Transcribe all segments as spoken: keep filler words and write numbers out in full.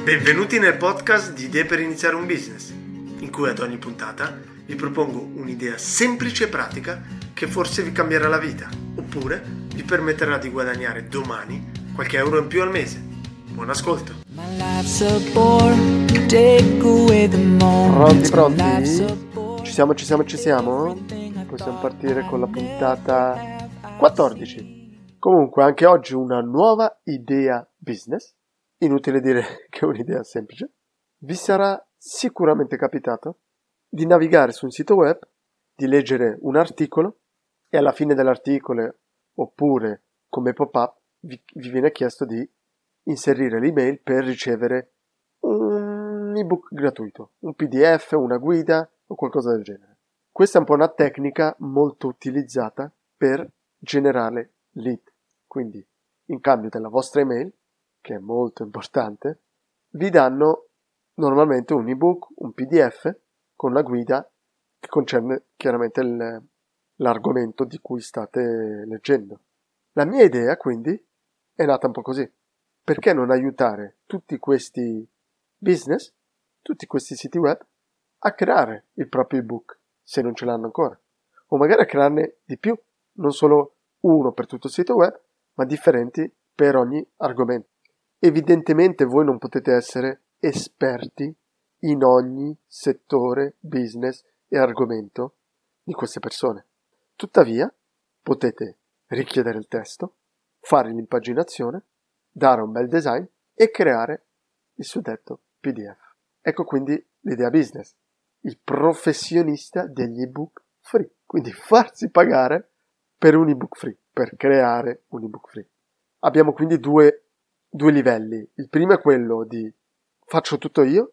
Benvenuti nel podcast di Idee per iniziare un business, in cui ad ogni puntata vi propongo un'idea semplice e pratica che forse vi cambierà la vita, oppure vi permetterà di guadagnare domani qualche euro in più al mese. Buon ascolto! Pronti, pronti? Ci siamo, ci siamo, ci siamo? Possiamo partire con la puntata quattordici. Comunque, anche oggi una nuova idea business. Inutile dire che è un'idea semplice. Vi sarà sicuramente capitato di navigare su un sito web, di leggere un articolo e alla fine dell'articolo, oppure come pop-up, vi, vi viene chiesto di inserire l'email per ricevere un ebook gratuito, un P D F, una guida o qualcosa del genere. Questa è un po' una tecnica molto utilizzata per generare lead. Quindi, in cambio della vostra email, che è molto importante, vi danno normalmente un ebook, un P D F con la guida che concerne chiaramente il, l'argomento di cui state leggendo. La mia idea, quindi, è nata un po' così. Perché non aiutare tutti questi business, tutti questi siti web, a creare il proprio ebook, se non ce l'hanno ancora? O magari a crearne di più, non solo uno per tutto il sito web, ma differenti per ogni argomento. Evidentemente voi non potete essere esperti in ogni settore, business e argomento di queste persone. Tuttavia, potete richiedere il testo, fare l'impaginazione, dare un bel design e creare il suddetto P D F. Ecco quindi l'idea business. Il professionista degli ebook free. Quindi farsi pagare per un ebook free, per creare un ebook free. Abbiamo quindi due Due livelli. Il primo è quello di faccio tutto io,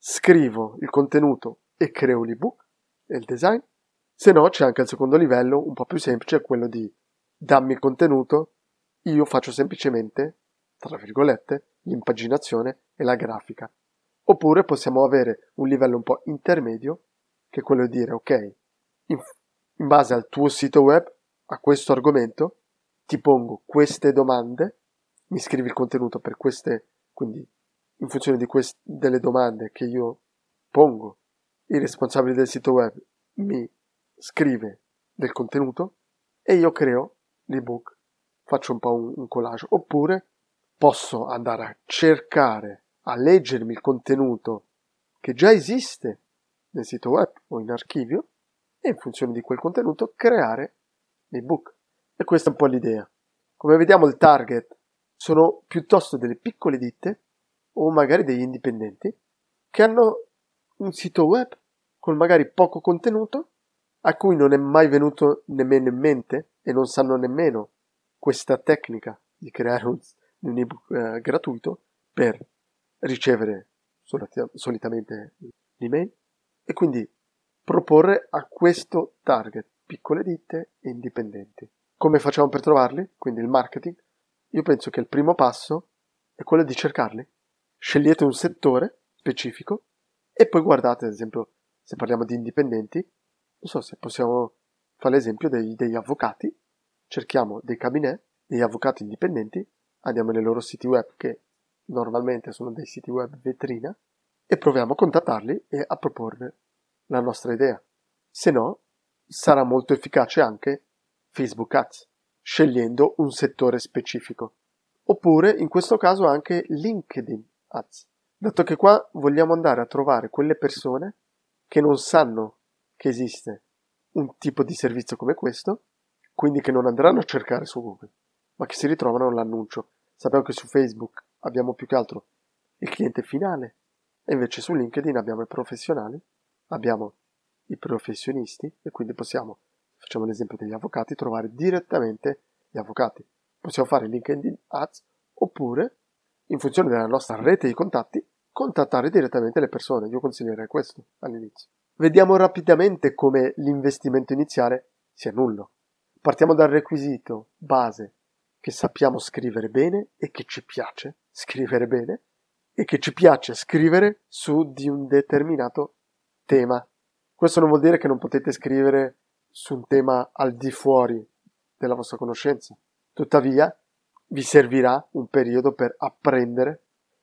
scrivo il contenuto e creo l'ebook e il design. Se no c'è anche il secondo livello, un po' più semplice, quello di dammi il contenuto, io faccio semplicemente, tra virgolette, l'impaginazione e la grafica. Oppure possiamo avere un livello un po' intermedio, che è quello di dire ok, in, in base al tuo sito web, a questo argomento, ti pongo queste domande, mi scrivi il contenuto per queste, quindi in funzione di queste, delle domande che io pongo, il responsabile del sito web mi scrive del contenuto e io creo l'ebook, faccio un po' un, un collage. Oppure posso andare a cercare, a leggermi il contenuto che già esiste nel sito web o in archivio e in funzione di quel contenuto creare l'ebook. E questa è un po' l'idea. Come vediamo il target sono piuttosto delle piccole ditte o magari degli indipendenti che hanno un sito web con magari poco contenuto, a cui non è mai venuto nemmeno in mente e non sanno nemmeno questa tecnica di creare un, un ebook eh, gratuito per ricevere solit- solitamente l'email e quindi proporre a questo target piccole ditte e indipendenti. Come facciamo per trovarli? Quindi il marketing. Io penso che il primo passo è quello di cercarli. Scegliete un settore specifico e poi guardate, ad esempio, se parliamo di indipendenti, non so se possiamo fare l'esempio dei, degli avvocati, cerchiamo dei cabinet, degli avvocati indipendenti, andiamo nei loro siti web, che normalmente sono dei siti web vetrina, e proviamo a contattarli e a proporre la nostra idea. Se no, sarà molto efficace anche Facebook Ads, scegliendo un settore specifico. Oppure, in questo caso, anche LinkedIn Ads, dato che qua vogliamo andare a trovare quelle persone che non sanno che esiste un tipo di servizio come questo, quindi che non andranno a cercare su Google, ma che si ritrovano l'annuncio. Sappiamo che su Facebook abbiamo più che altro il cliente finale, e invece su LinkedIn abbiamo i professionali, abbiamo i professionisti, e quindi possiamo, facciamo l'esempio degli avvocati, trovare direttamente gli avvocati. Possiamo fare LinkedIn Ads oppure, in funzione della nostra rete di contatti, contattare direttamente le persone. Io consiglierei questo all'inizio. Vediamo rapidamente come l'investimento iniziale sia nullo. Partiamo dal requisito base che sappiamo scrivere bene e che ci piace scrivere bene e che ci piace scrivere su di un determinato tema. Questo non vuol dire che non potete scrivere su un tema al di fuori della vostra conoscenza. Tuttavia, vi servirà un periodo per apprendere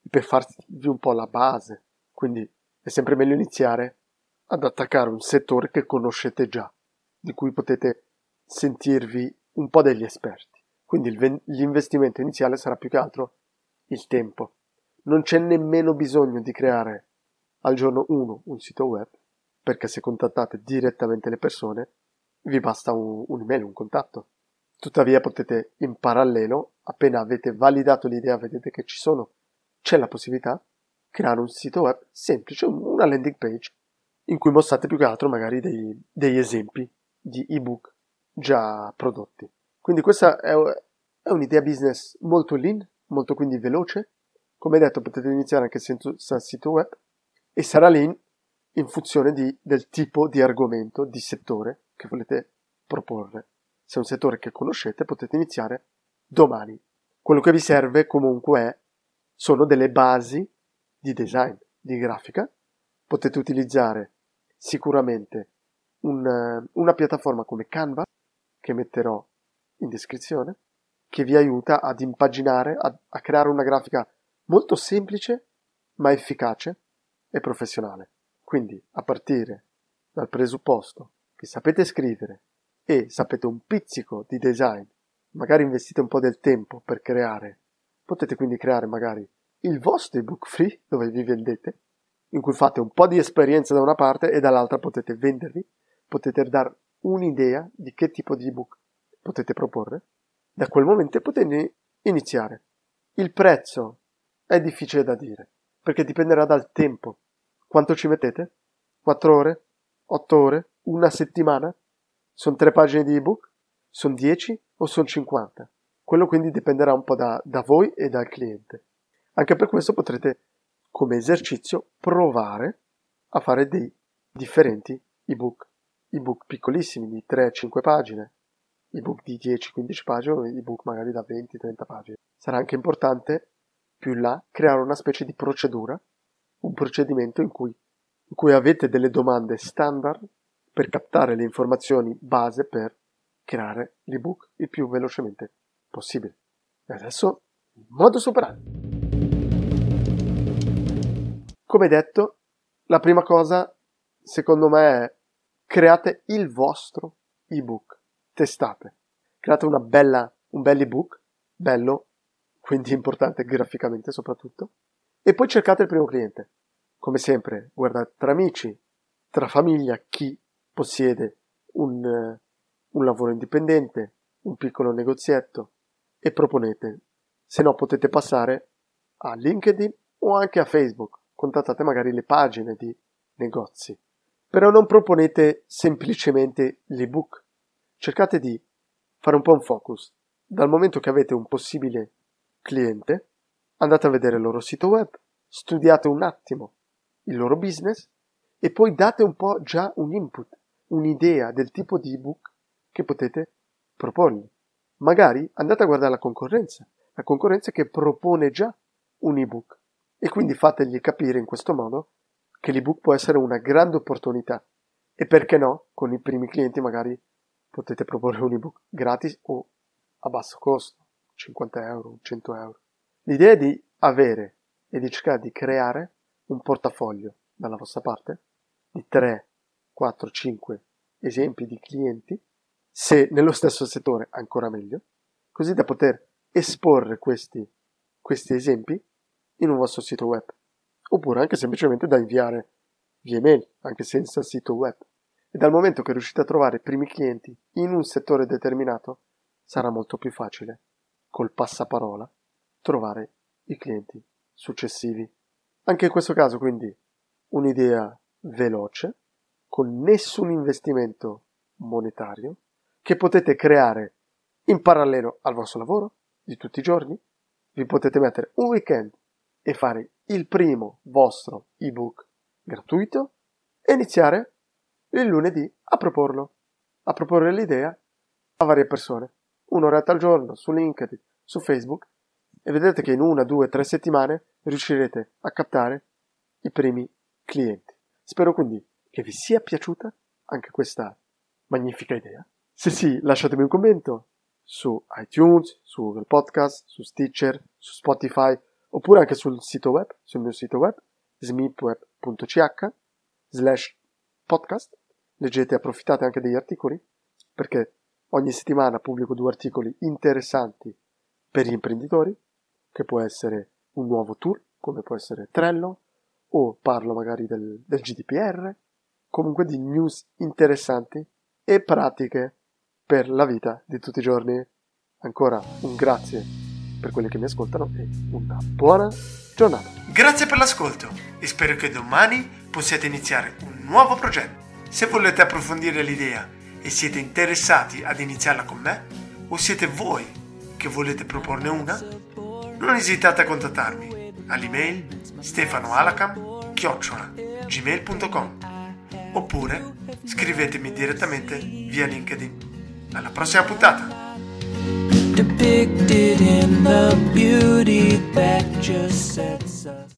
per farvi un po' la base. Quindi è sempre meglio iniziare ad attaccare un settore che conoscete già, di cui potete sentirvi un po' degli esperti. Quindi il ven- l'investimento iniziale sarà più che altro il tempo. Non c'è nemmeno bisogno di creare al giorno uno un sito web, perché se contattate direttamente le persone vi basta un, un'email, un contatto. Tuttavia potete in parallelo, appena avete validato l'idea, vedete che ci sono, c'è la possibilità, creare un sito web semplice, una landing page, in cui mostrate più che altro magari dei, degli esempi di ebook già prodotti. Quindi questa è, è un'idea business molto lean, molto quindi veloce. Come detto, potete iniziare anche senza sito web e sarà lean in funzione di, del tipo di argomento, di settore che volete proporre. Se è un settore che conoscete, potete iniziare domani. Quello che vi serve comunque è, sono delle basi di design, di grafica. Potete utilizzare sicuramente un, una piattaforma come Canva, che metterò in descrizione, che vi aiuta ad impaginare, a, a creare una grafica molto semplice, ma efficace e professionale. Quindi, a partire dal presupposto che sapete scrivere e sapete un pizzico di design, magari investite un po' del tempo per creare, potete quindi creare magari il vostro ebook free, dove vi vendete, in cui fate un po' di esperienza da una parte e dall'altra potete vendervi, potete dare un'idea di che tipo di ebook potete proporre. Da quel momento potete iniziare. Il prezzo è difficile da dire, perché dipenderà dal tempo. Quanto ci mettete? quattro ore? otto ore? Una settimana? Sono tre pagine di ebook? Sono dieci o sono cinquanta? Quello quindi dipenderà un po' da, da voi e dal cliente. Anche per questo potrete, come esercizio, provare a fare dei differenti ebook. Ebook piccolissimi di tre cinque pagine, ebook di dieci quindici pagine o ebook magari da venti trenta pagine. Sarà anche importante più in là creare una specie di procedura, un procedimento in cui, in cui avete delle domande standard per captare le informazioni base per creare l'ebook il più velocemente possibile. E adesso, modus operandi. Come detto, la prima cosa, secondo me, è create il vostro ebook. Testate. Create una bella, un bel ebook, bello, quindi importante graficamente soprattutto, e poi cercate il primo cliente. Come sempre, guardate tra amici, tra famiglia, chi possiede un, un lavoro indipendente, un piccolo negozietto, e proponete. Se no potete passare a LinkedIn o anche a Facebook. Contattate magari le pagine di negozi. Però non proponete semplicemente l'ebook. Cercate di fare un po' un focus. Dal momento che avete un possibile cliente, andate a vedere il loro sito web, studiate un attimo il loro business e poi date un po' già un input, un'idea del tipo di ebook che potete proporgli. Magari andate a guardare la concorrenza, la concorrenza che propone già un ebook e quindi fategli capire in questo modo che l'ebook può essere una grande opportunità e perché no, con i primi clienti magari potete proporre un ebook gratis o a basso costo, cinquanta euro, cento euro. L'idea è di avere e di cercare di creare un portafoglio dalla vostra parte di tre, quattro, cinque esempi di clienti, se nello stesso settore ancora meglio, così da poter esporre questi, questi esempi in un vostro sito web, oppure anche semplicemente da inviare via email, anche senza sito web. E dal momento che riuscite a trovare i primi clienti in un settore determinato, sarà molto più facile, col passaparola, trovare i clienti successivi. Anche in questo caso, quindi, un'idea veloce, con nessun investimento monetario, che potete creare in parallelo al vostro lavoro di tutti i giorni. Vi potete mettere un weekend e fare il primo vostro ebook gratuito e iniziare il lunedì a proporlo, a proporre l'idea a varie persone, un'oretta al giorno su LinkedIn, su Facebook, e vedrete che in una, due, tre settimane riuscirete a captare i primi clienti. Spero quindi che vi sia piaciuta anche questa magnifica idea. Se sì, lasciatemi un commento su iTunes, su Google Podcast, su Stitcher, su Spotify oppure anche sul sito web, sul mio sito web, smipweb punto c h slash podcast. Leggete e approfittate anche degli articoli, perché ogni settimana pubblico due articoli interessanti per gli imprenditori, che può essere un nuovo tool, come può essere Trello, o parlo magari del, del G D P R, comunque di news interessanti e pratiche per la vita di tutti i giorni. Ancora un grazie per quelli che mi ascoltano e una buona giornata. Grazie per l'ascolto e spero che domani possiate iniziare un nuovo progetto. Se volete approfondire l'idea e siete interessati ad iniziarla con me, o siete voi che volete proporne una, non esitate a contattarmi all'email stefanoalacam chiocciola gmail punto com oppure scrivetemi direttamente via LinkedIn. Alla prossima puntata! Depicted in the beauty that just sets us